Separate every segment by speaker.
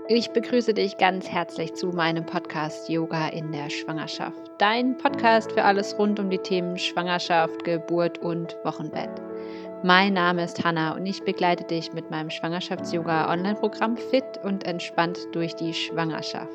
Speaker 1: Ich begrüße dich ganz herzlich zu meinem Podcast Yoga in der Schwangerschaft. Dein Podcast für alles rund um die Themen Schwangerschaft, Geburt und Wochenbett. Mein Name ist Hanna und ich begleite dich mit meinem Schwangerschafts-Yoga-Online-Programm Fit und entspannt durch die Schwangerschaft.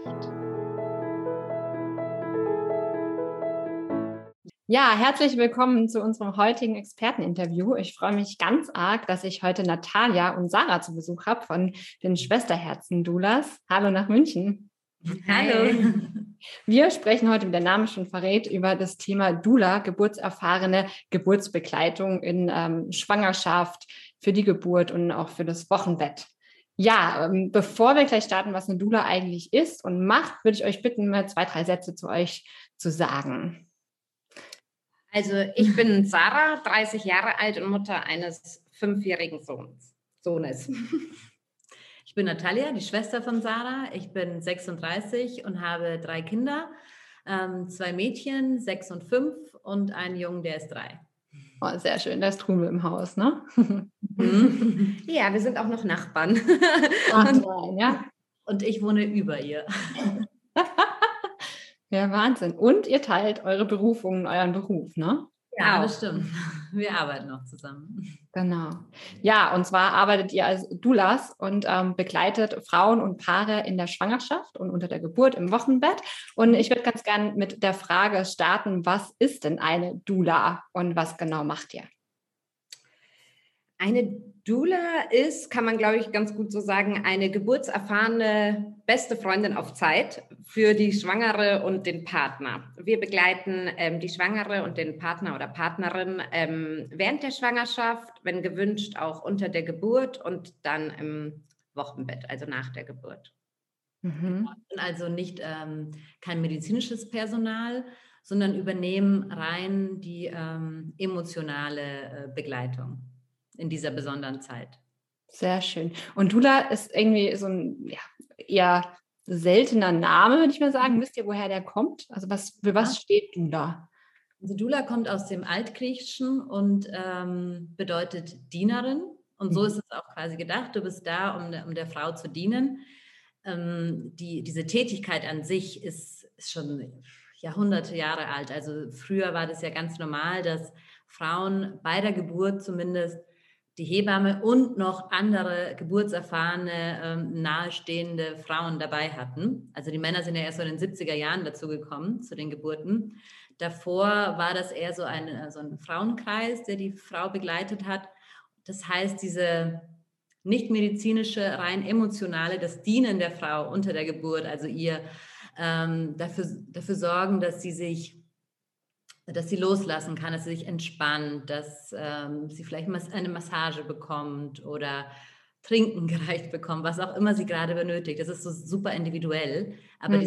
Speaker 1: Ja, herzlich willkommen zu unserem heutigen Experteninterview. Ich freue mich ganz arg, dass ich heute Natalia und Sarah zu Besuch habe von den Schwesterherzen-Doulas. Hallo nach München.
Speaker 2: Hallo.
Speaker 1: Wir sprechen heute, wie der Name schon verrät, über das Thema Doula, geburtserfahrene Geburtsbegleitung in Schwangerschaft, für die Geburt und auch für das Wochenbett. Ja, bevor wir gleich starten, was eine Doula eigentlich ist und macht, würde ich euch bitten, mal 2, 3 Sätze zu euch zu sagen.
Speaker 2: Also ich bin Sarah, 30 Jahre alt und Mutter eines 5-jährigen Sohnes.
Speaker 3: Ich bin Natalia, die Schwester von Sarah. Ich bin 36 und habe 3 Kinder, 2 Mädchen, 6 und 5 und einen Jungen, der ist 3.
Speaker 1: Oh, sehr schön, da ist Trubel im Haus, ne?
Speaker 2: Ja, wir sind auch noch Nachbarn.
Speaker 3: Und ich wohne über ihr.
Speaker 1: Ja, Wahnsinn. Und ihr teilt eure Berufungen, euren Beruf, ne?
Speaker 3: Ja, das stimmt. Wir arbeiten noch zusammen.
Speaker 1: Genau. Ja, und zwar arbeitet ihr als Doulas und begleitet Frauen und Paare in der Schwangerschaft und unter der Geburt im Wochenbett. Und ich würde ganz gern mit der Frage starten, was ist denn eine Doula und was genau macht ihr?
Speaker 2: Eine Doula ist, kann man glaube ich ganz gut so sagen, eine geburtserfahrene beste Freundin auf Zeit für die Schwangere und den Partner. Wir begleiten die Schwangere und den Partner oder Partnerin während der Schwangerschaft, wenn gewünscht auch unter der Geburt und dann im Wochenbett, also nach der Geburt.
Speaker 3: Mhm. Also nicht kein medizinisches Personal, sondern übernehmen rein die emotionale Begleitung in dieser besonderen Zeit.
Speaker 1: Sehr schön. Und Doula ist irgendwie so ein eher seltener Name, würde ich mal sagen. Wisst ihr, woher der kommt? Also für was steht Doula?
Speaker 3: Also Doula kommt aus dem Altgriechischen und bedeutet Dienerin. Und so ist es auch quasi gedacht. Du bist da, um der Frau zu dienen. Diese Tätigkeit an sich ist schon Jahrhunderte Jahre alt. Also früher war das ja ganz normal, dass Frauen bei der Geburt zumindest die Hebamme und noch andere geburtserfahrene, nahestehende Frauen dabei hatten. Also die Männer sind ja erst so in den 70er Jahren dazu gekommen, zu den Geburten. Davor war das eher so ein Frauenkreis, der die Frau begleitet hat. Das heißt, diese nicht medizinische, rein emotionale, das Dienen der Frau unter der Geburt, also ihr dafür sorgen, dass sie loslassen kann, dass sie sich entspannt, dass sie vielleicht eine Massage bekommt oder Trinken gereicht bekommt, was auch immer sie gerade benötigt. Das ist so super individuell, aber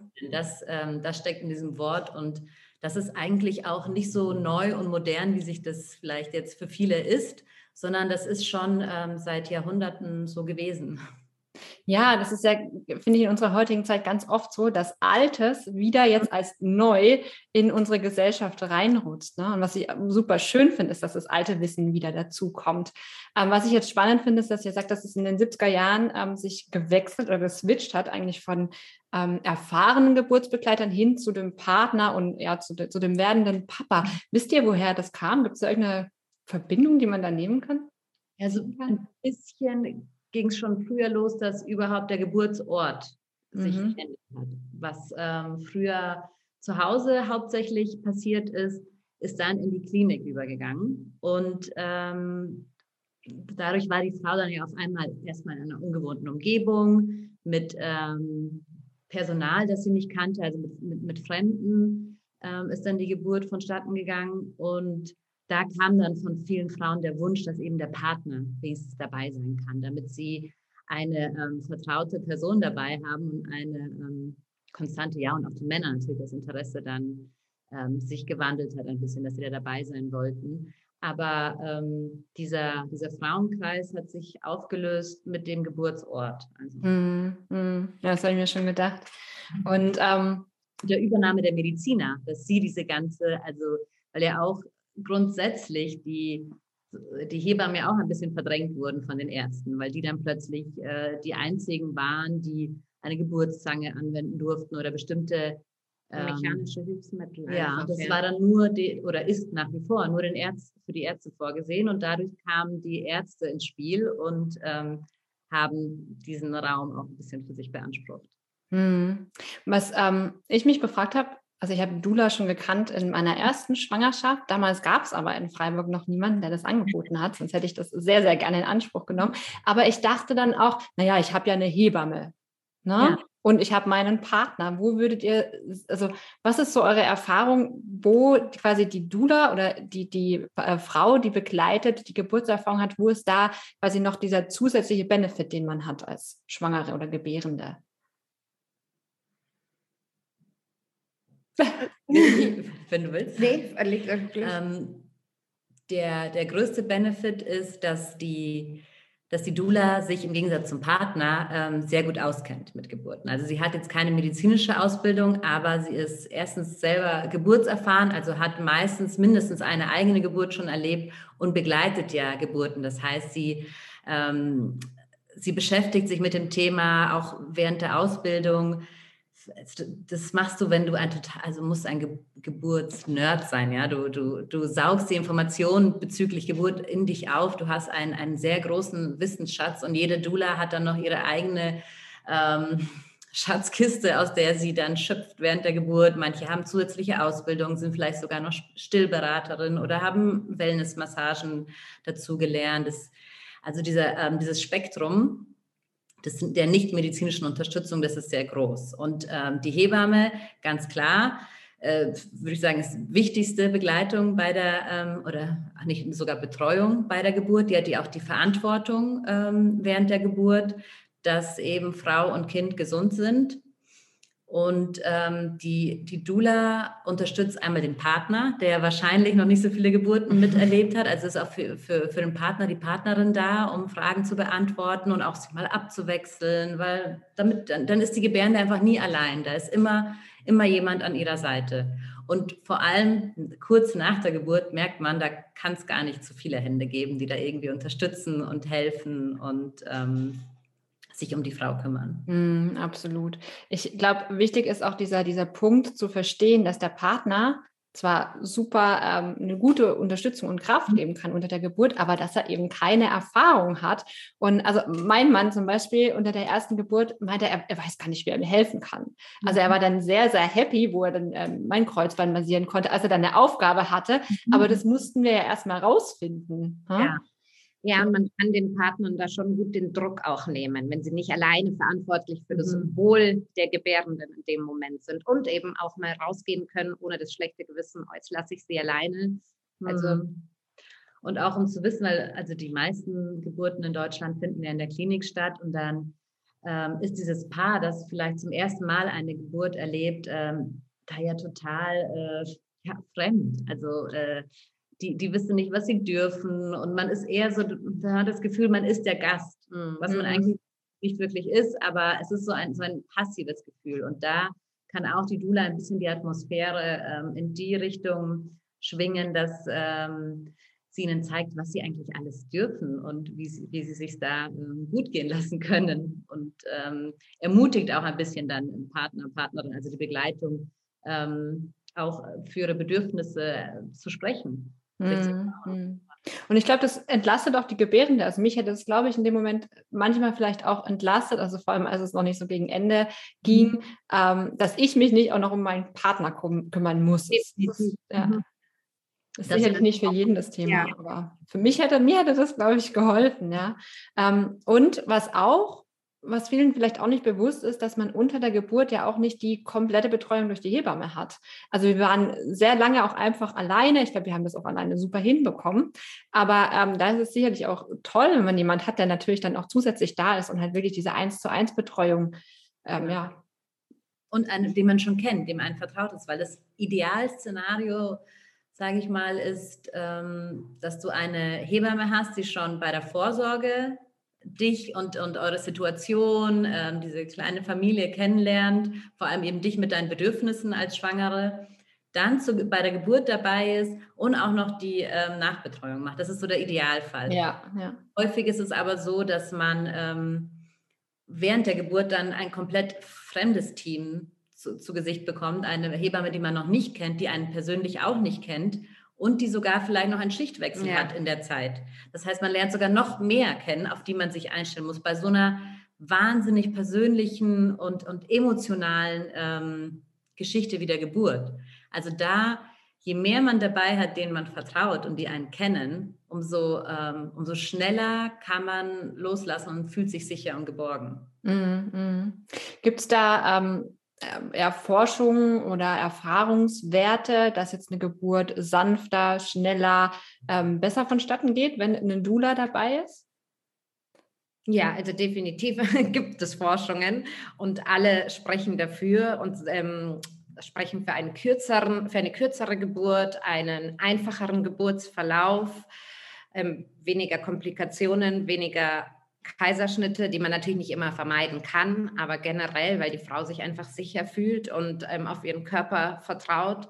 Speaker 3: das steckt in diesem Wort und das ist eigentlich auch nicht so neu und modern, wie sich das vielleicht jetzt für viele ist, sondern das ist schon seit Jahrhunderten so gewesen.
Speaker 1: Ja, das ist ja, finde ich, in unserer heutigen Zeit ganz oft so, dass Altes wieder jetzt als neu in unsere Gesellschaft reinrutscht. Ne? Und was ich super schön finde, ist, dass das alte Wissen wieder dazukommt. Was ich jetzt spannend finde, ist, dass ihr sagt, dass es in den 70er Jahren sich gewechselt oder geswitcht hat, eigentlich von erfahrenen Geburtsbegleitern hin zu dem Partner und zu dem werdenden Papa. Wisst ihr, woher das kam? Gibt es da irgendeine Verbindung, die man da nehmen kann?
Speaker 3: Also ein bisschen ging es schon früher los, dass überhaupt der Geburtsort sich verändert hat. Was früher zu Hause hauptsächlich passiert ist dann in die Klinik übergegangen. Und dadurch war die Frau dann ja auf einmal erstmal in einer ungewohnten Umgebung mit Personal, das sie nicht kannte, also mit Fremden ist dann die Geburt vonstatten gegangen. Und da kam dann von vielen Frauen der Wunsch, dass eben der Partner wenigstens dabei sein kann, damit sie eine vertraute Person dabei haben und eine konstante, und auch die Männer natürlich das Interesse dann sich gewandelt hat ein bisschen, dass sie da dabei sein wollten. Aber dieser Frauenkreis hat sich aufgelöst mit dem Geburtsort. Also.
Speaker 1: Ja, das habe ich mir schon gedacht. Und
Speaker 3: der Übernahme der Mediziner, dass sie diese ganze, weil ja auch grundsätzlich die die Hebammen ja auch ein bisschen verdrängt wurden von den Ärzten, weil die dann plötzlich die einzigen waren, die eine Geburtszange anwenden durften oder bestimmte
Speaker 2: mechanische Hilfsmittel.
Speaker 3: Ja,
Speaker 2: einfach,
Speaker 3: das war dann nur oder ist nach wie vor nur für die Ärzte vorgesehen, und dadurch kamen die Ärzte ins Spiel und haben diesen Raum auch ein bisschen für sich beansprucht.
Speaker 1: Was ich mich gefragt habe, also ich habe Doula schon gekannt in meiner ersten Schwangerschaft. Damals gab es aber in Freiburg noch niemanden, der das angeboten hat, sonst hätte ich das sehr, sehr gerne in Anspruch genommen. Aber ich dachte dann auch, naja, ich habe ja eine Hebamme, ne?
Speaker 3: Ja.
Speaker 1: Und ich habe meinen Partner. Wo würdet ihr, also was ist so eure Erfahrung, wo quasi die Doula oder die Frau, die begleitet, die Geburtserfahrung hat, wo ist da quasi noch dieser zusätzliche Benefit, den man hat als Schwangere oder Gebärende?
Speaker 3: Wenn du willst.
Speaker 2: Nee, liegt
Speaker 3: der größte Benefit ist, dass die Doula sich im Gegensatz zum Partner sehr gut auskennt mit Geburten. Also sie hat jetzt keine medizinische Ausbildung, aber sie ist erstens selber geburtserfahren, also hat meistens mindestens eine eigene Geburt schon erlebt und begleitet ja Geburten. Das heißt, sie beschäftigt sich mit dem Thema auch während der Ausbildung. Das machst du, wenn du musst ein Geburtsnerd sein, ja. Du saugst die Informationen bezüglich Geburt in dich auf. Du hast einen sehr großen Wissensschatz, und jede Doula hat dann noch ihre eigene Schatzkiste, aus der sie dann schöpft während der Geburt. Manche haben zusätzliche Ausbildung, sind vielleicht sogar noch Stillberaterin oder haben Wellnessmassagen dazu gelernt. Also dieses Spektrum der nicht-medizinischen Unterstützung, das ist sehr groß. Und die Hebamme, ganz klar, würde ich sagen, ist die wichtigste Begleitung bei der, oder nicht sogar Betreuung bei der Geburt. Die hat auch die Verantwortung während der Geburt, dass eben Frau und Kind gesund sind. Und die Doula unterstützt einmal den Partner, der wahrscheinlich noch nicht so viele Geburten miterlebt hat. Also ist auch für den Partner, die Partnerin da, um Fragen zu beantworten und auch sich mal abzuwechseln, weil dann ist die Gebärende einfach nie allein. Da ist immer jemand an ihrer Seite. Und vor allem kurz nach der Geburt merkt man, da kann es gar nicht so viele Hände geben, die da irgendwie unterstützen und helfen und sich um die Frau kümmern.
Speaker 1: Absolut. Ich glaube, wichtig ist auch dieser Punkt zu verstehen, dass der Partner zwar super eine gute Unterstützung und Kraft geben kann unter der Geburt, aber dass er eben keine Erfahrung hat. Und also mein Mann zum Beispiel unter der ersten Geburt meinte, er weiß gar nicht, wie er mir helfen kann. Also er war dann sehr, sehr happy, wo er dann mein Kreuzbein massieren konnte, als er dann eine Aufgabe hatte. Aber das mussten wir ja erstmal rausfinden.
Speaker 2: Ja. Ja, man kann den Partnern da schon gut den Druck auch nehmen, wenn sie nicht alleine verantwortlich für das Wohl der Gebärenden in dem Moment sind und eben auch mal rausgehen können, ohne das schlechte Gewissen, oh, jetzt lasse ich sie alleine. Also und auch um zu wissen, weil also die meisten Geburten in Deutschland finden ja in der Klinik statt, und dann ist dieses Paar, das vielleicht zum ersten Mal eine Geburt erlebt, da ja total fremd. Also die wissen nicht, was sie dürfen, und man ist eher so, man hat das Gefühl, man ist der Gast, was man eigentlich nicht wirklich ist, aber es ist so ein passives Gefühl, und da kann auch die Doula ein bisschen die Atmosphäre in die Richtung schwingen, dass sie ihnen zeigt, was sie eigentlich alles dürfen und wie sie sich da gut gehen lassen können, und ermutigt auch ein bisschen dann den Partner, Partnerin, also die Begleitung, auch für ihre Bedürfnisse zu sprechen.
Speaker 1: Und ich glaube, das entlastet auch die Gebärende. Also mich hätte es, glaube ich, in dem Moment manchmal vielleicht auch entlastet, also vor allem, als es noch nicht so gegen Ende ging, dass ich mich nicht auch noch um meinen Partner kümmern muss. Das ist sicherlich nicht für jeden das Thema, aber für mir hätte das, glaube ich, geholfen. Ja. Und was vielen vielleicht auch nicht bewusst ist, dass man unter der Geburt ja auch nicht die komplette Betreuung durch die Hebamme hat. Also wir waren sehr lange auch einfach alleine. Ich glaube, wir haben das auch alleine super hinbekommen. Aber da ist es sicherlich auch toll, wenn man jemanden hat, der natürlich dann auch zusätzlich da ist und halt wirklich diese 1:1 Betreuung,
Speaker 3: Und den man schon kennt, dem einen vertraut ist, weil das Idealszenario, sage ich mal, ist, dass du eine Hebamme hast, die schon bei der Vorsorge dich und eure Situation, diese kleine Familie kennenlernt, vor allem eben dich mit deinen Bedürfnissen als Schwangere, dann bei der Geburt dabei ist und auch noch die Nachbetreuung macht. Das ist so der Idealfall.
Speaker 1: Ja.
Speaker 3: Häufig ist es aber so, dass man während der Geburt dann ein komplett fremdes Team zu Gesicht bekommt. Eine Hebamme, die man noch nicht kennt, die einen persönlich auch nicht kennt und die sogar vielleicht noch einen Schichtwechsel hat in der Zeit. Das heißt, man lernt sogar noch mehr kennen, auf die man sich einstellen muss. Bei so einer wahnsinnig persönlichen und emotionalen Geschichte wie der Geburt. Also da, je mehr man dabei hat, denen man vertraut und die einen kennen, umso schneller kann man loslassen und fühlt sich sicher und geborgen.
Speaker 1: Gibt es da Forschung oder Erfahrungswerte, dass jetzt eine Geburt sanfter, schneller, besser vonstatten geht, wenn eine Doula dabei ist?
Speaker 2: Ja, also definitiv gibt es Forschungen und alle sprechen dafür und sprechen für eine kürzere Geburt, einen einfacheren Geburtsverlauf, weniger Komplikationen, weniger Kaiserschnitte, die man natürlich nicht immer vermeiden kann, aber generell, weil die Frau sich einfach sicher fühlt und auf ihren Körper vertraut,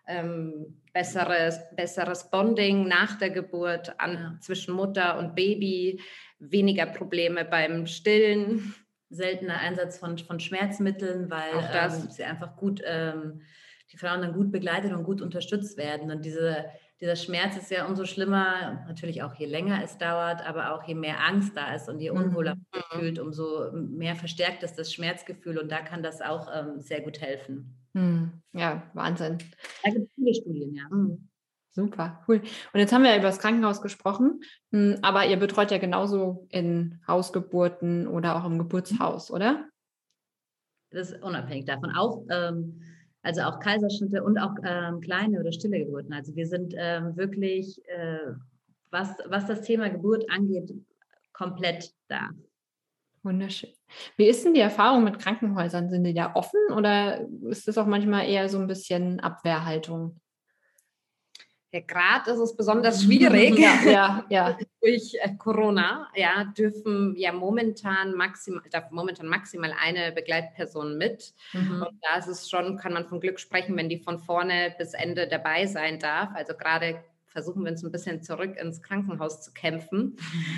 Speaker 2: besseres Bonding nach der Geburt zwischen Mutter und Baby, weniger Probleme beim Stillen.
Speaker 3: Seltener Einsatz von Schmerzmitteln, weil sie einfach gut, die Frauen dann gut begleitet und gut unterstützt werden. Und dieser Schmerz ist ja umso schlimmer, natürlich auch je länger es dauert, aber auch je mehr Angst da ist und je unwohler man sich fühlt, umso mehr verstärkt ist das Schmerzgefühl und da kann das auch sehr gut helfen.
Speaker 1: Ja, Wahnsinn.
Speaker 3: Da gibt es viele Studien, ja.
Speaker 1: Super, cool. Und jetzt haben wir ja über das Krankenhaus gesprochen, aber ihr betreut ja genauso in Hausgeburten oder auch im Geburtshaus, oder?
Speaker 3: Das ist unabhängig davon. Also auch Kaiserschnitte und auch kleine oder stille Geburten. Also wir sind wirklich, was das Thema Geburt angeht, komplett da.
Speaker 1: Wunderschön. Wie ist denn die Erfahrung mit Krankenhäusern? Sind die da offen oder ist das auch manchmal eher so ein bisschen Abwehrhaltung?
Speaker 2: Ja, gerade ist es besonders schwierig.
Speaker 1: Ja.
Speaker 2: Durch Corona, dürfen momentan maximal eine Begleitperson mit. Und da ist es schon, kann man von Glück sprechen, wenn die von vorne bis Ende dabei sein darf. Also gerade versuchen wir uns ein bisschen zurück ins Krankenhaus zu kämpfen.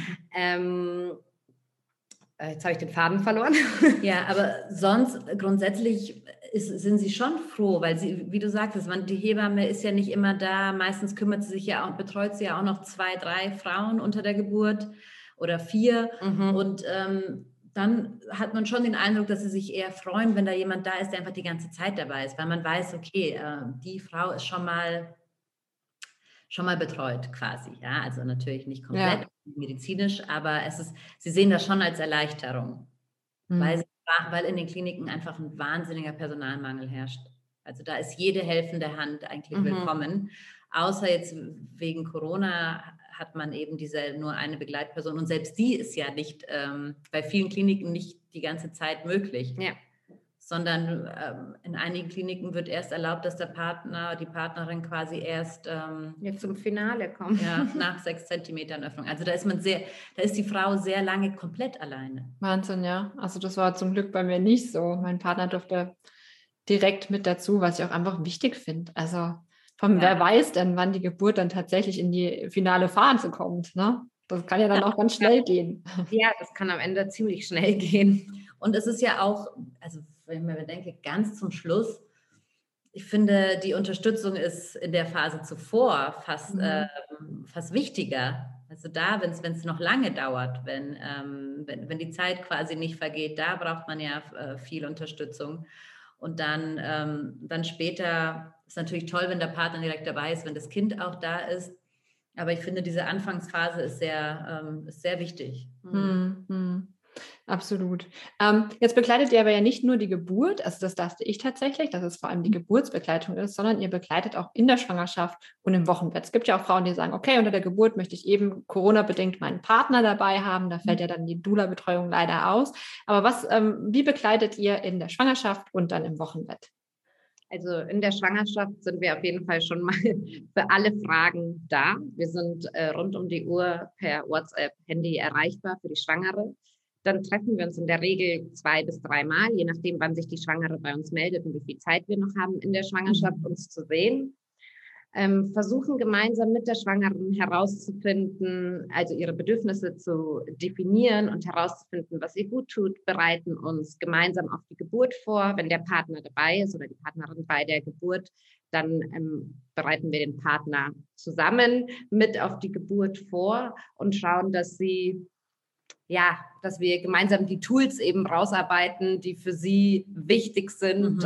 Speaker 2: Jetzt habe ich den Faden verloren.
Speaker 3: Ja, aber sonst grundsätzlich sind sie schon froh, weil sie, wie du sagtest, die Hebamme ist ja nicht immer da. Meistens kümmert sie sich ja auch, betreut sie ja auch noch 2, 3 Frauen unter der Geburt oder 4. Und dann hat man schon den Eindruck, dass sie sich eher freuen, wenn da jemand da ist, der einfach die ganze Zeit dabei ist, weil man weiß, okay, die Frau ist schon mal betreut quasi, ja, also natürlich nicht komplett medizinisch, aber sie sehen das schon als Erleichterung, weil in den Kliniken einfach ein wahnsinniger Personalmangel herrscht. Also da ist jede helfende Hand eigentlich willkommen, außer jetzt wegen Corona hat man eben nur eine Begleitperson und selbst die ist ja nicht bei vielen Kliniken nicht die ganze Zeit möglich. Ja. Sondern in einigen Kliniken wird erst erlaubt, dass der Partner, die Partnerin quasi erst
Speaker 2: jetzt zum Finale kommt.
Speaker 3: Ja, nach 6 Zentimetern Öffnung. Also da ist die Frau sehr lange komplett alleine.
Speaker 1: Wahnsinn, ja. Also das war zum Glück bei mir nicht so. Mein Partner durfte direkt mit dazu, was ich auch einfach wichtig finde. Also wer weiß denn, wann die Geburt dann tatsächlich in die finale Phase kommt, ne? Das kann ja dann auch ganz schnell gehen.
Speaker 2: Ja, das kann am Ende ziemlich schnell gehen.
Speaker 3: Und es ist ja auch, also wenn ich mir denke, ganz zum Schluss, ich finde, die Unterstützung ist in der Phase zuvor fast wichtiger. Also da, wenn es noch lange dauert, wenn die Zeit quasi nicht vergeht, da braucht man ja viel Unterstützung. Und dann später ist natürlich toll, wenn der Partner direkt dabei ist, wenn das Kind auch da ist. Aber ich finde, diese Anfangsphase ist sehr wichtig.
Speaker 1: Absolut. Jetzt begleitet ihr aber ja nicht nur die Geburt, also das dachte ich tatsächlich, dass es vor allem die Geburtsbegleitung ist, sondern ihr begleitet auch in der Schwangerschaft und im Wochenbett. Es gibt ja auch Frauen, die sagen, okay, unter der Geburt möchte ich eben Corona-bedingt meinen Partner dabei haben, da fällt ja dann die Doula-Betreuung leider aus. Aber wie begleitet ihr in der Schwangerschaft und dann im Wochenbett?
Speaker 2: Also in der Schwangerschaft sind wir auf jeden Fall schon mal für alle Fragen da. Wir sind rund um die Uhr per WhatsApp, Handy erreichbar für die Schwangere. Dann treffen wir uns in der Regel 2 bis 3 Mal, je nachdem, wann sich die Schwangere bei uns meldet und wie viel Zeit wir noch haben in der Schwangerschaft, uns zu sehen. Versuchen gemeinsam mit der Schwangeren herauszufinden, also ihre Bedürfnisse zu definieren und herauszufinden, was ihr gut tut, bereiten uns gemeinsam auf die Geburt vor. Wenn der Partner dabei ist oder die Partnerin bei der Geburt, dann bereiten wir den Partner zusammen mit auf die Geburt vor und schauen, dass wir gemeinsam die Tools eben rausarbeiten, die für sie wichtig sind,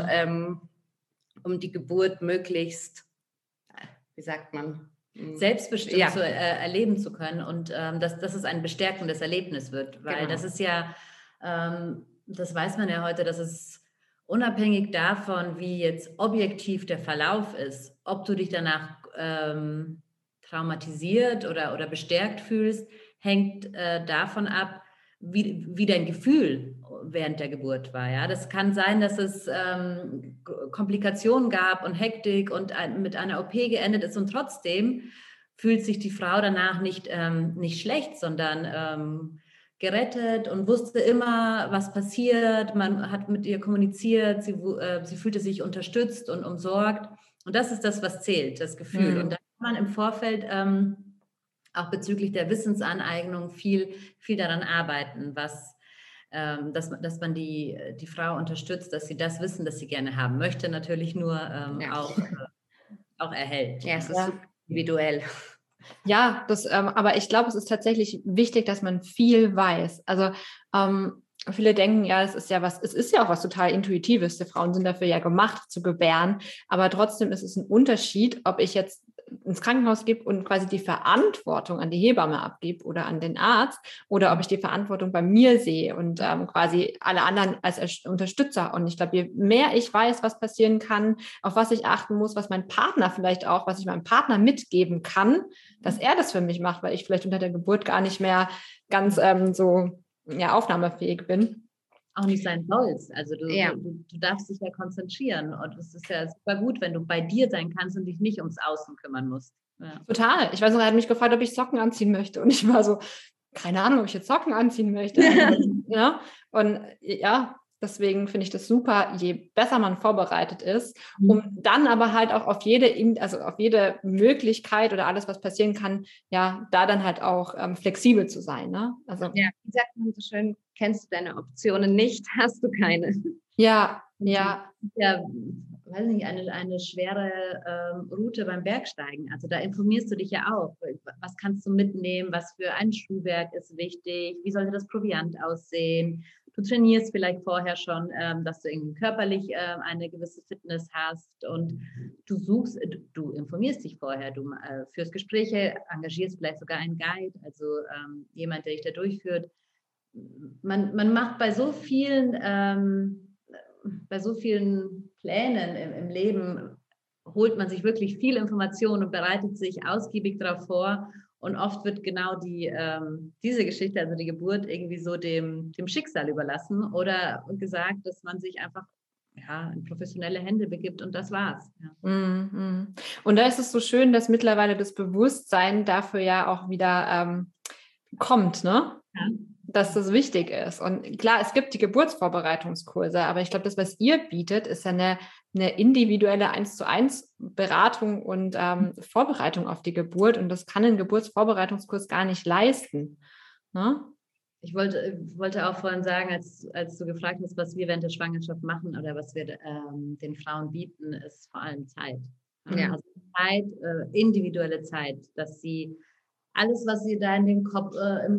Speaker 2: um die Geburt möglichst, wie sagt man,
Speaker 3: selbstbestimmt erleben zu können und dass es ein bestärkendes Erlebnis wird, weil das ist ja, das weiß man ja heute, dass es unabhängig davon, wie jetzt objektiv der Verlauf ist, ob du dich danach traumatisiert oder bestärkt fühlst, hängt davon ab, wie dein Gefühl während der Geburt war. Ja? Das kann sein, dass es Komplikationen gab und Hektik und mit einer OP geendet ist und trotzdem fühlt sich die Frau danach nicht schlecht, sondern gerettet und wusste immer, was passiert. Man hat mit ihr kommuniziert, sie fühlte sich unterstützt und umsorgt. Und das ist das, was zählt, das Gefühl. Und da kann man im Vorfeld auch bezüglich der Wissensaneignung viel daran arbeiten, dass man die Frau unterstützt, dass sie das Wissen, das sie gerne haben möchte, natürlich nur auch erhält.
Speaker 2: Ja, es ist super individuell.
Speaker 1: Ja, aber ich glaube, es ist tatsächlich wichtig, dass man viel weiß. Also viele denken, ja, es ist ja auch was total Intuitives. Die Frauen sind dafür ja gemacht, zu gebären. Aber trotzdem ist es ein Unterschied, ob ich jetzt ins Krankenhaus gebe und quasi die Verantwortung an die Hebamme abgebe oder an den Arzt oder ob ich die Verantwortung bei mir sehe und quasi alle anderen als Unterstützer. Und ich glaube, je mehr ich weiß, was passieren kann, auf was ich achten muss, was mein Partner vielleicht auch, was ich meinem Partner mitgeben kann, dass er das für mich macht, weil ich vielleicht unter der Geburt gar nicht mehr ganz aufnahmefähig bin.
Speaker 3: Auch nicht sein sollst. Also du darfst dich ja konzentrieren und es ist ja super gut, wenn du bei dir sein kannst und dich nicht ums Außen kümmern musst. Ja.
Speaker 1: Total. Ich weiß noch, er hat mich gefragt, ob ich Socken anziehen möchte und ich war so, keine Ahnung, ob ich jetzt Socken anziehen möchte. Ja? Und ja, deswegen finde ich das super, je besser man vorbereitet ist, um dann aber halt auch auf jede Möglichkeit oder alles, was passieren kann, ja, da dann halt auch flexibel zu sein. Ne? Also,
Speaker 2: ja, wie sagt man so schön, kennst du deine Optionen nicht, hast du keine.
Speaker 1: Ja.
Speaker 3: Ja, weiß nicht, eine schwere Route beim Bergsteigen. Also da informierst du dich ja auch. Was kannst du mitnehmen? Was für ein Schuhwerk ist wichtig? Wie sollte das Proviant aussehen? Du trainierst vielleicht vorher schon, dass du irgendwie körperlich eine gewisse Fitness hast und du informierst dich vorher, du führst Gespräche, engagierst vielleicht sogar einen Guide, also jemand, der dich da durchführt. Man macht bei so vielen Plänen im Leben, holt man sich wirklich viel Information und bereitet sich ausgiebig darauf vor. Und oft wird genau diese Geschichte, also die Geburt, irgendwie so dem Schicksal überlassen oder gesagt, dass man sich einfach in professionelle Hände begibt und das war's. Ja.
Speaker 1: Und da ist es so schön, dass mittlerweile das Bewusstsein dafür ja auch wieder kommt, ne? Ja. Dass das wichtig ist. Und klar, es gibt die Geburtsvorbereitungskurse, aber ich glaube, das, was ihr bietet, ist ja eine individuelle 1:1 Beratung und Vorbereitung auf die Geburt. Und das kann ein Geburtsvorbereitungskurs gar nicht leisten. Ne?
Speaker 3: Ich wollte auch vorhin sagen, als du gefragt hast, was wir während der Schwangerschaft machen oder was wir den Frauen bieten, ist vor allem Zeit. Ja. Also Zeit, individuelle Zeit, dass sie alles, was sie da im Kopf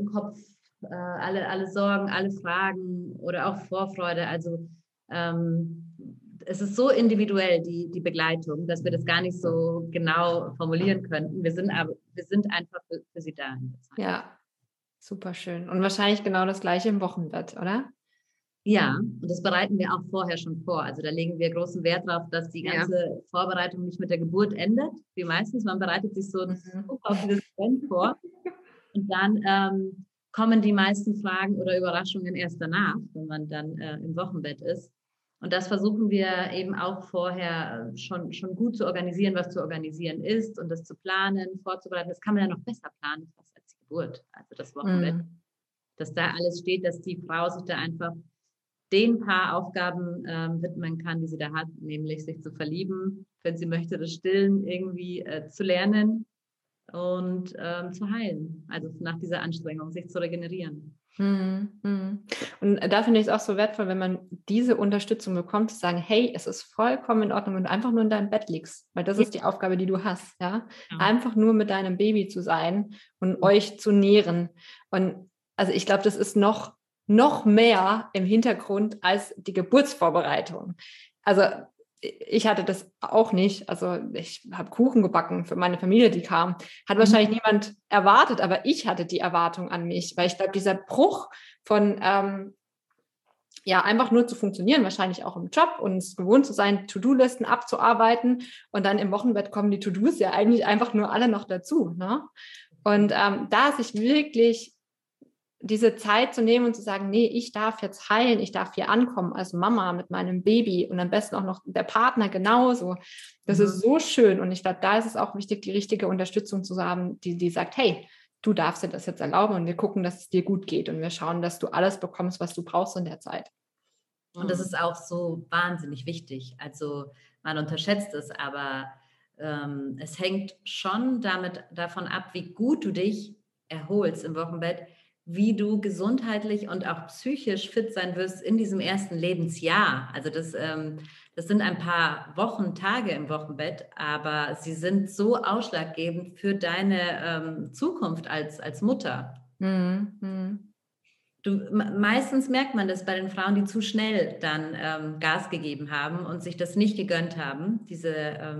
Speaker 3: alle Sorgen, alle Fragen oder auch Vorfreude. Also es ist so individuell, die Begleitung, dass wir das gar nicht so genau formulieren könnten. Wir sind einfach für sie da. In der Zeit.
Speaker 1: Ja, super schön. Und wahrscheinlich genau das Gleiche im Wochenbett, oder?
Speaker 3: Ja, und das bereiten wir auch vorher schon vor. Also da legen wir großen Wert darauf, dass die ganze Vorbereitung nicht mit der Geburt endet, wie meistens. Man bereitet sich so auf dieses Event vor. Und dann kommen die meisten Fragen oder Überraschungen erst danach, wenn man dann im Wochenbett ist. Und das versuchen wir eben auch vorher schon gut zu organisieren, was zu organisieren ist und das zu planen, vorzubereiten. Das kann man ja noch besser planen als die Geburt, also das Wochenbett. dass da alles steht, dass die Frau sich da einfach den paar Aufgaben widmen kann, die sie da hat, nämlich sich zu verlieben, wenn sie möchte, das Stillen irgendwie zu lernen und zu heilen. Also nach dieser Anstrengung, sich zu regenerieren.
Speaker 1: Und da finde ich es auch so wertvoll, wenn man diese Unterstützung bekommt, zu sagen, hey, es ist vollkommen in Ordnung, wenn du einfach nur in deinem Bett liegst, weil das ist die Aufgabe, die du hast, ja? Einfach nur mit deinem Baby zu sein und euch zu nähren. Und also ich glaube, das ist noch mehr im Hintergrund als die Geburtsvorbereitung. Also ich hatte das auch nicht. Also ich habe Kuchen gebacken für meine Familie, die kam. Hat wahrscheinlich niemand erwartet, aber ich hatte die Erwartung an mich, weil ich glaube, dieser Bruch von einfach nur zu funktionieren, wahrscheinlich auch im Job und es gewohnt zu sein, To-Do-Listen abzuarbeiten und dann im Wochenbett kommen die To-Dos ja eigentlich einfach nur alle noch dazu. Ne? Und da sich wirklich diese Zeit zu nehmen und zu sagen, nee, ich darf jetzt heilen, ich darf hier ankommen als Mama mit meinem Baby und am besten auch noch der Partner genauso. Das ist so schön und ich glaube, da ist es auch wichtig, die richtige Unterstützung zu haben, die sagt, hey, du darfst dir das jetzt erlauben und wir gucken, dass es dir gut geht und wir schauen, dass du alles bekommst, was du brauchst in der Zeit.
Speaker 3: Und das ist auch so wahnsinnig wichtig. Also man unterschätzt es, aber es hängt schon davon ab, wie gut du dich erholst im Wochenbett, wie du gesundheitlich und auch psychisch fit sein wirst in diesem ersten Lebensjahr. Also das sind ein paar Wochen, Tage im Wochenbett, aber sie sind so ausschlaggebend für deine Zukunft als Mutter. Meistens merkt man das bei den Frauen, die zu schnell dann Gas gegeben haben und sich das nicht gegönnt haben, diese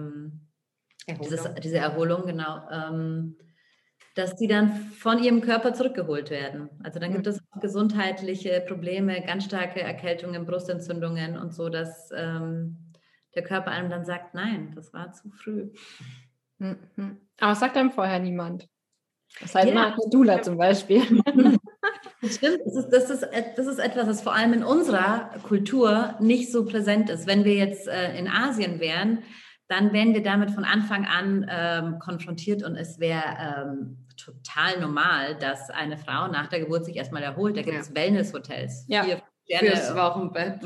Speaker 3: Erholung, genau. Dass die dann von ihrem Körper zurückgeholt werden. Also dann gibt es auch gesundheitliche Probleme, ganz starke Erkältungen, Brustentzündungen und so, dass der Körper einem dann sagt, nein, das war zu früh.
Speaker 1: Aber es sagt einem vorher niemand. Das heißt, Dula zum Beispiel.
Speaker 3: Stimmt, das ist etwas, das vor allem in unserer Kultur nicht so präsent ist. Wenn wir jetzt in Asien wären, dann wären wir damit von Anfang an konfrontiert und es wäre total normal, dass eine Frau nach der Geburt sich erstmal erholt. Da gibt es Wellness-Hotels.
Speaker 2: Fürs Wochenbett.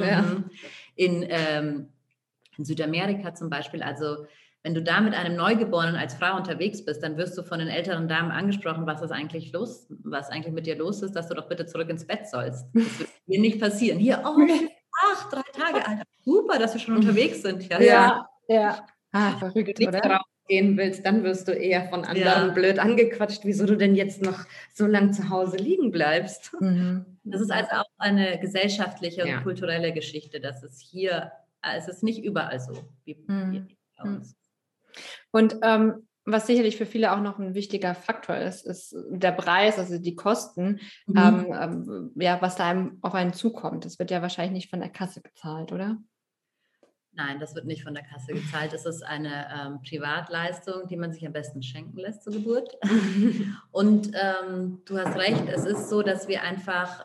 Speaker 3: In Südamerika zum Beispiel, also wenn du da mit einem Neugeborenen als Frau unterwegs bist, dann wirst du von den älteren Damen angesprochen, was eigentlich mit dir los ist, dass du doch bitte zurück ins Bett sollst. Das wird dir nicht passieren. Hier, 3 Tage, Alter, super, dass wir schon unterwegs sind.
Speaker 1: Ja. Verrückt,
Speaker 2: wenn du nicht rausgehen willst, dann wirst du eher von anderen blöd angequatscht, wieso du denn jetzt noch so lange zu Hause liegen bleibst.
Speaker 3: Das ist also auch eine gesellschaftliche und kulturelle Geschichte, dass es ist nicht überall so wie bei uns.
Speaker 1: Und was sicherlich für viele auch noch ein wichtiger Faktor ist der Preis, also die Kosten, was da auf einen zukommt. Das wird ja wahrscheinlich nicht von der Kasse gezahlt, oder?
Speaker 3: Nein, das wird nicht von der Kasse gezahlt. Es ist eine Privatleistung, die man sich am besten schenken lässt zur Geburt. Und du hast recht, es ist so, dass wir einfach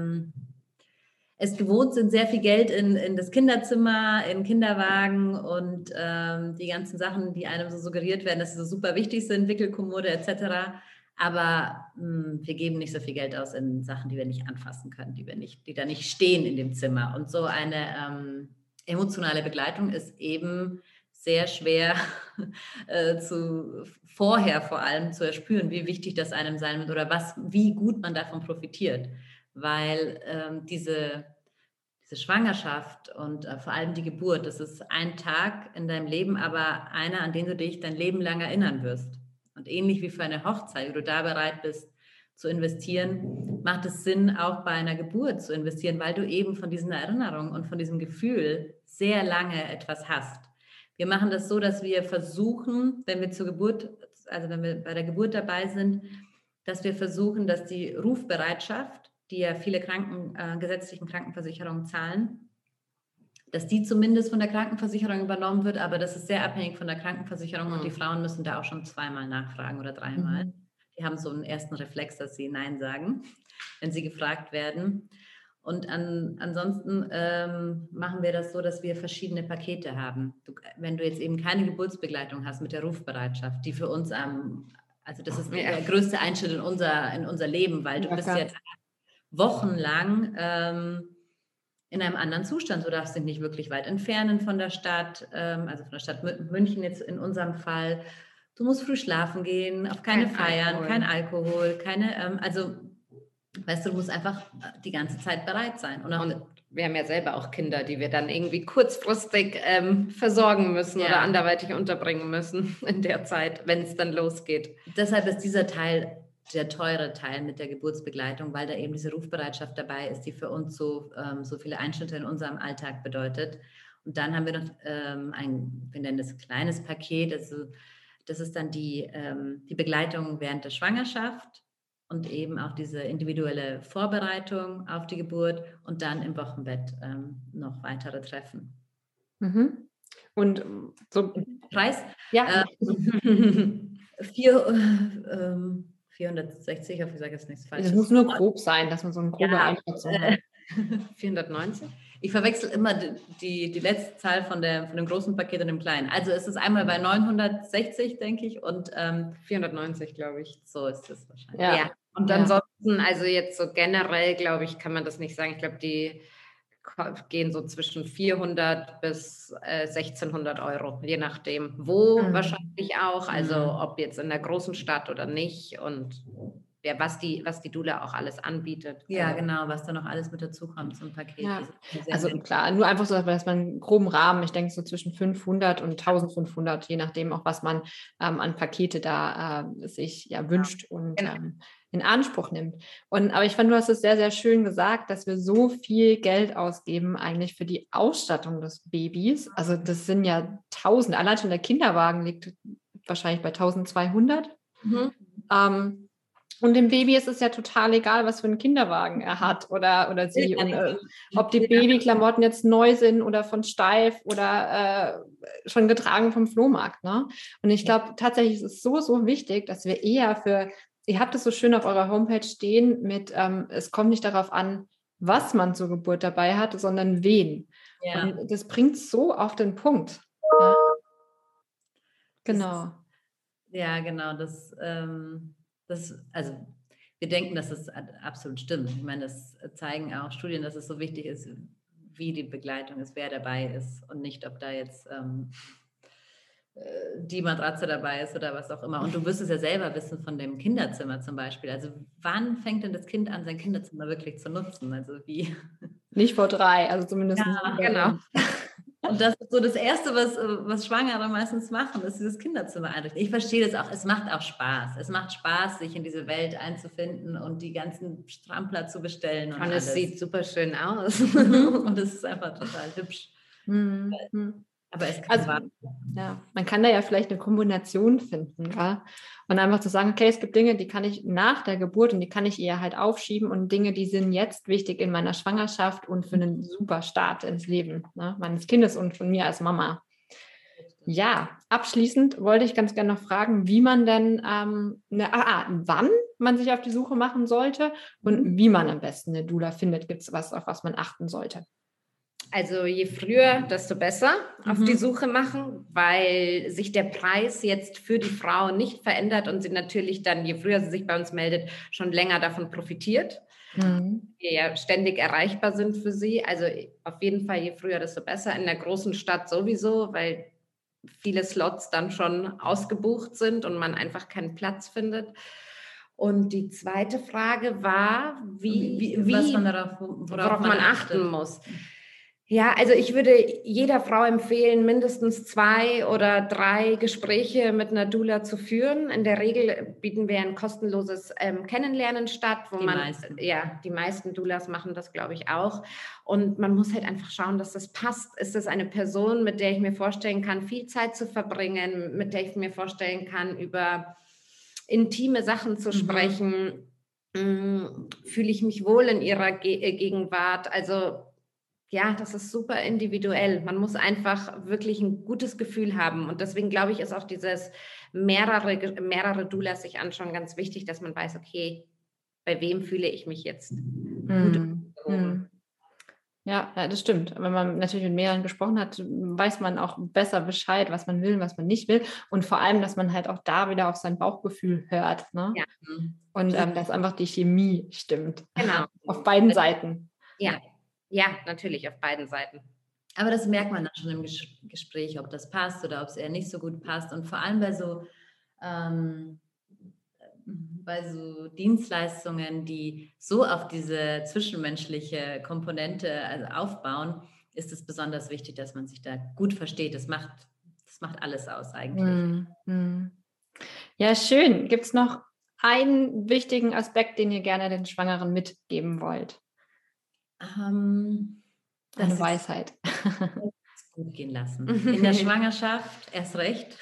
Speaker 3: es gewohnt sind, sehr viel Geld in das Kinderzimmer, in Kinderwagen und die ganzen Sachen, die einem so suggeriert werden, dass sie so super wichtig sind, Wickelkommode etc. Aber wir geben nicht so viel Geld aus in Sachen, die wir nicht anfassen können, die da nicht stehen in dem Zimmer. Und so eine emotionale Begleitung ist eben sehr schwer vorher vor allem zu erspüren, wie wichtig das einem sein wird oder wie gut man davon profitiert. Weil diese Schwangerschaft und vor allem die Geburt, das ist ein Tag in deinem Leben, aber einer, an den du dich dein Leben lang erinnern wirst. Und ähnlich wie für eine Hochzeit, wo du da bereit bist zu investieren, macht es Sinn, auch bei einer Geburt zu investieren, weil du eben von diesen Erinnerungen und von diesem Gefühl sehr lange etwas hast. Wir machen das so, dass wir versuchen, wenn wir bei der Geburt dabei sind, dass wir versuchen, dass die Rufbereitschaft, die ja viele gesetzlichen Krankenversicherungen zahlen, dass die zumindest von der Krankenversicherung übernommen wird, aber das ist sehr abhängig von der Krankenversicherung und die Frauen müssen da auch schon 2-mal nachfragen oder 3-mal. Die haben so einen ersten Reflex, dass sie Nein sagen, wenn sie gefragt werden. Und ansonsten machen wir das so, dass wir verschiedene Pakete haben. Wenn du jetzt eben keine Geburtsbegleitung hast mit der Rufbereitschaft, die für uns also das ist der größte Einschnitt in unser Leben, weil du bist ja wochenlang in einem anderen Zustand. Du darfst dich nicht wirklich weit entfernen von der Stadt, also von der Stadt München jetzt in unserem Fall. Du musst früh schlafen gehen, auf keine Feiern, kein Alkohol, also weißt du, du musst einfach die ganze Zeit bereit sein.
Speaker 2: Und wir haben ja selber auch Kinder, die wir dann irgendwie kurzfristig versorgen müssen oder anderweitig unterbringen müssen in der Zeit, wenn es dann losgeht.
Speaker 3: Deshalb ist dieser Teil der teure Teil mit der Geburtsbegleitung, weil da eben diese Rufbereitschaft dabei ist, die für uns so viele Einschnitte in unserem Alltag bedeutet. Und dann haben wir noch wir nennen das kleines Paket, also das ist dann die Begleitung während der Schwangerschaft und eben auch diese individuelle Vorbereitung auf die Geburt und dann im Wochenbett noch weitere Treffen.
Speaker 1: Mhm. Und so
Speaker 3: Preis?
Speaker 1: Ja.
Speaker 3: 460, ich hoffe, ich sage jetzt nichts Falsches.
Speaker 1: Es muss nur grob sein, dass man so eine grobe Einschätzung hat.
Speaker 2: 490?
Speaker 3: Ich verwechsel immer die letzte Zahl von dem großen Paket und dem kleinen. Also es ist einmal bei 960, denke ich, und
Speaker 2: 490, glaube ich.
Speaker 3: So ist es wahrscheinlich.
Speaker 2: Ja. Und ansonsten, also jetzt so generell, glaube ich, kann man das nicht sagen. Ich glaube, die gehen so zwischen 400 bis 1600 Euro, je nachdem, wo wahrscheinlich auch, also ob jetzt in der großen Stadt oder nicht und ja, was die Doula auch alles anbietet.
Speaker 3: Ja, genau, was da noch alles mit dazu kommt zum Paket.
Speaker 1: Ja. Also klar, nur einfach so, dass man einen groben Rahmen, ich denke so zwischen 500 und 1500, je nachdem auch, was man an Pakete da sich wünscht und in Anspruch nimmt. Aber ich fand, du hast es sehr, sehr schön gesagt, dass wir so viel Geld ausgeben eigentlich für die Ausstattung des Babys. Also das sind ja Tausende. Allein schon der Kinderwagen liegt wahrscheinlich bei 1200. Und dem Baby ist es ja total egal, was für einen Kinderwagen er hat oder sie. Und ob die Babyklamotten jetzt neu sind oder von Steif oder schon getragen vom Flohmarkt. Ne? Und ich glaube, tatsächlich ist es so, so wichtig, dass wir eher ihr habt es so schön auf eurer Homepage stehen mit, es kommt nicht darauf an, was man zur Geburt dabei hat, sondern wen. Ja. Und das bringt so auf den Punkt. Ja. Genau.
Speaker 3: Genau. Also wir denken, dass es absolut stimmt. Ich meine, das zeigen auch Studien, dass es so wichtig ist, wie die Begleitung ist, wer dabei ist und nicht, ob da jetzt die Matratze dabei ist oder was auch immer. Und du wirst es ja selber wissen von dem Kinderzimmer zum Beispiel. Also wann fängt denn das Kind an, sein Kinderzimmer wirklich zu nutzen? Also wie?
Speaker 1: Nicht vor 3, also zumindest.
Speaker 2: Ja, genau.
Speaker 3: Und das ist so das Erste, was Schwangere meistens machen, ist dieses Kinderzimmer einrichten. Ich verstehe das auch. Es macht auch Spaß. Es macht Spaß, sich in diese Welt einzufinden und die ganzen Strampler zu bestellen.
Speaker 2: Und es sieht super schön aus.
Speaker 3: Und es ist einfach total hübsch. Aber es kann
Speaker 1: man kann da ja vielleicht eine Kombination finden, ja? Und einfach zu sagen, okay, es gibt Dinge, die kann ich nach der Geburt und die kann ich eher halt aufschieben und Dinge, die sind jetzt wichtig in meiner Schwangerschaft und für einen super Start ins Leben, ne, meines Kindes und von mir als Mama. Ja, abschließend wollte ich ganz gerne noch fragen, wie man denn, wann man sich auf die Suche machen sollte und wie man am besten eine Doula findet. Gibt es was, auf was man achten sollte?
Speaker 2: Also je früher, desto besser auf die Suche machen, weil sich der Preis jetzt für die Frau nicht verändert und sie natürlich dann, je früher sie sich bei uns meldet, schon länger davon profitiert. Wir ja ständig erreichbar sind für sie. Also auf jeden Fall, je früher, desto besser. In der großen Stadt sowieso, weil viele Slots dann schon ausgebucht sind und man einfach keinen Platz findet. Und die zweite Frage war, worauf man achten muss. Ja, also ich würde jeder Frau empfehlen, mindestens 2 oder 3 Gespräche mit einer Doula zu führen. In der Regel bieten wir ein kostenloses Kennenlernen statt, die meisten Doulas machen das, glaube ich, auch. Und man muss halt einfach schauen, dass das passt. Ist das eine Person, mit der ich mir vorstellen kann, viel Zeit zu verbringen, mit der ich mir vorstellen kann, über intime Sachen zu sprechen? Fühle ich mich wohl in ihrer Gegenwart? Also ja, das ist super individuell. Man muss einfach wirklich ein gutes Gefühl haben. Und deswegen glaube ich, ist auch dieses mehrere Doulas sich anschauen ganz wichtig, dass man weiß, okay, bei wem fühle ich mich jetzt gut?
Speaker 1: Ja, das stimmt. Wenn man natürlich mit mehreren gesprochen hat, weiß man auch besser Bescheid, was man will und was man nicht will. Und vor allem, dass man halt auch da wieder auf sein Bauchgefühl hört. Ne?
Speaker 2: Ja.
Speaker 1: Und dass einfach die Chemie stimmt.
Speaker 2: Genau.
Speaker 1: Auf beiden Seiten.
Speaker 2: Ja. Ja, natürlich auf beiden Seiten.
Speaker 3: Aber das merkt man dann schon im Gespräch, ob das passt oder ob es eher nicht so gut passt. Und vor allem bei so Dienstleistungen, die so auf diese zwischenmenschliche Komponente aufbauen, ist es besonders wichtig, dass man sich da gut versteht. Das macht alles aus eigentlich.
Speaker 1: Ja, schön. Gibt es noch einen wichtigen Aspekt, den ihr gerne den Schwangeren mitgeben wollt? Eine Weisheit.
Speaker 3: Gut gehen lassen. In der Schwangerschaft erst recht.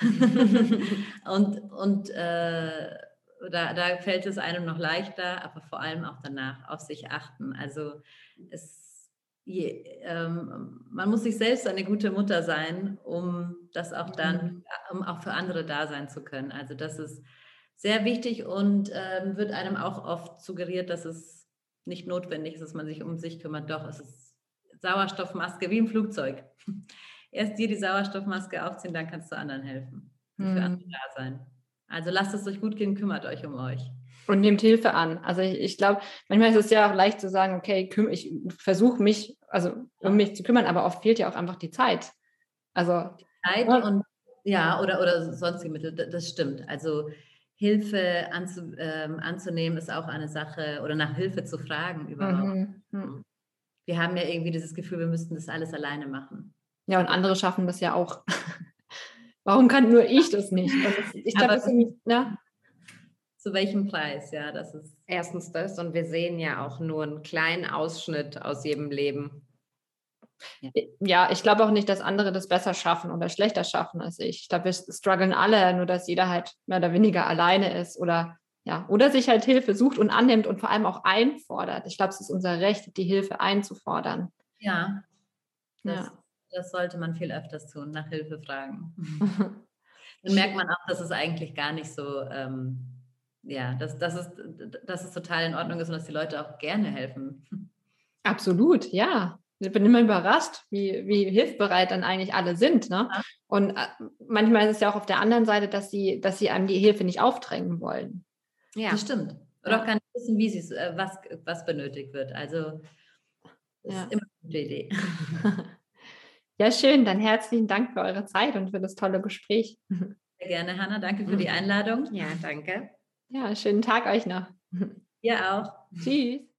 Speaker 3: und da fällt es einem noch leichter, aber vor allem auch danach auf sich achten. Also man muss sich selbst eine gute Mutter sein, um das auch dann, um auch für andere da sein zu können. Also das ist sehr wichtig und wird einem auch oft suggeriert, dass es nicht notwendig ist, dass man sich um sich kümmert. Doch, es ist Sauerstoffmaske wie im Flugzeug. Erst dir die Sauerstoffmaske aufziehen, dann kannst du anderen helfen und für andere da sein. Also lasst es euch gut gehen, kümmert euch um euch.
Speaker 1: Und nehmt Hilfe an. Also ich glaube, manchmal ist es ja auch leicht zu sagen, okay, ich versuche mich, also um mich zu kümmern, aber oft fehlt ja auch einfach die Zeit. Also
Speaker 3: die Zeit und oder sonstige Mittel, das stimmt. Also Hilfe anzunehmen ist auch eine Sache oder nach Hilfe zu fragen überhaupt. Wir haben ja irgendwie dieses Gefühl, wir müssten das alles alleine machen.
Speaker 1: Ja, und andere schaffen das ja auch. Warum kann nur ich das nicht? Ich glaube, das ist
Speaker 3: zu welchem Preis? Ja, das ist
Speaker 2: erstens das und wir sehen ja auch nur einen kleinen Ausschnitt aus jedem Leben.
Speaker 1: Ja, ich glaube auch nicht, dass andere das besser schaffen oder schlechter schaffen als ich. Ich glaube, wir strugglen alle, nur dass jeder halt mehr oder weniger alleine ist oder sich halt Hilfe sucht und annimmt und vor allem auch einfordert. Ich glaube, es ist unser Recht, die Hilfe einzufordern.
Speaker 3: Ja, das sollte man viel öfters tun, nach Hilfe fragen. Dann merkt man auch, dass es eigentlich gar nicht so, dass es total in Ordnung ist und dass die Leute auch gerne helfen.
Speaker 1: Absolut, ja. Ich bin immer überrascht, wie hilfsbereit dann eigentlich alle sind. Ne? Ja. Und manchmal ist es ja auch auf der anderen Seite, dass sie einem die Hilfe nicht aufdrängen wollen.
Speaker 3: Ja, das stimmt. Oder auch gar nicht wissen, wie sie was benötigt wird. Also das ist immer eine gute Idee.
Speaker 1: Ja, schön. Dann herzlichen Dank für eure Zeit und für das tolle Gespräch.
Speaker 3: Sehr gerne, Hanna. Danke für die Einladung.
Speaker 2: Ja, danke.
Speaker 1: Ja, schönen Tag euch noch.
Speaker 3: Ja, auch.
Speaker 1: Tschüss.